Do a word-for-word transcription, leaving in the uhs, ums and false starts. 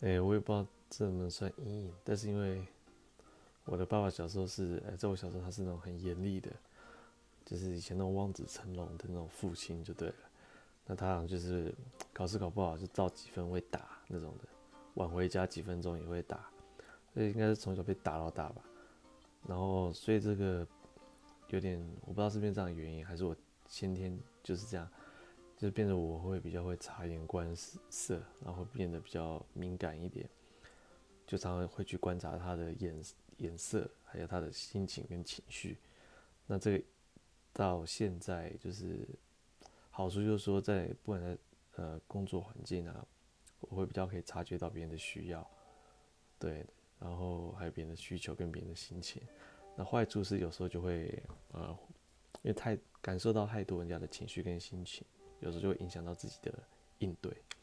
诶，我也不知道这能不能算阴影，但是因为我的爸爸小时候是，诶，在我小时候他是那种很严厉的，就是以前那种望子成龙的那种父亲就对了。那他好像就是考试考不好就照几分会打那种的，晚回家几分钟也会打，所以应该是从小被打到大吧。然后所以这个有点我不知道是不是这样的原因，还是我先天就是这样，就是变得我会比较会察言观色，然后会变得比较敏感一点，就常常会去观察他的眼颜色，还有他的心情跟情绪。那这个到现在就是好处就是说在，不管在呃工作环境啊，我会比较可以察觉到别人的需要，对，然后还有别人的需求跟别人的心情。那坏处是有时候就会呃，因为太感受到太多人家的情绪跟心情，有时候就会影响到自己的应对。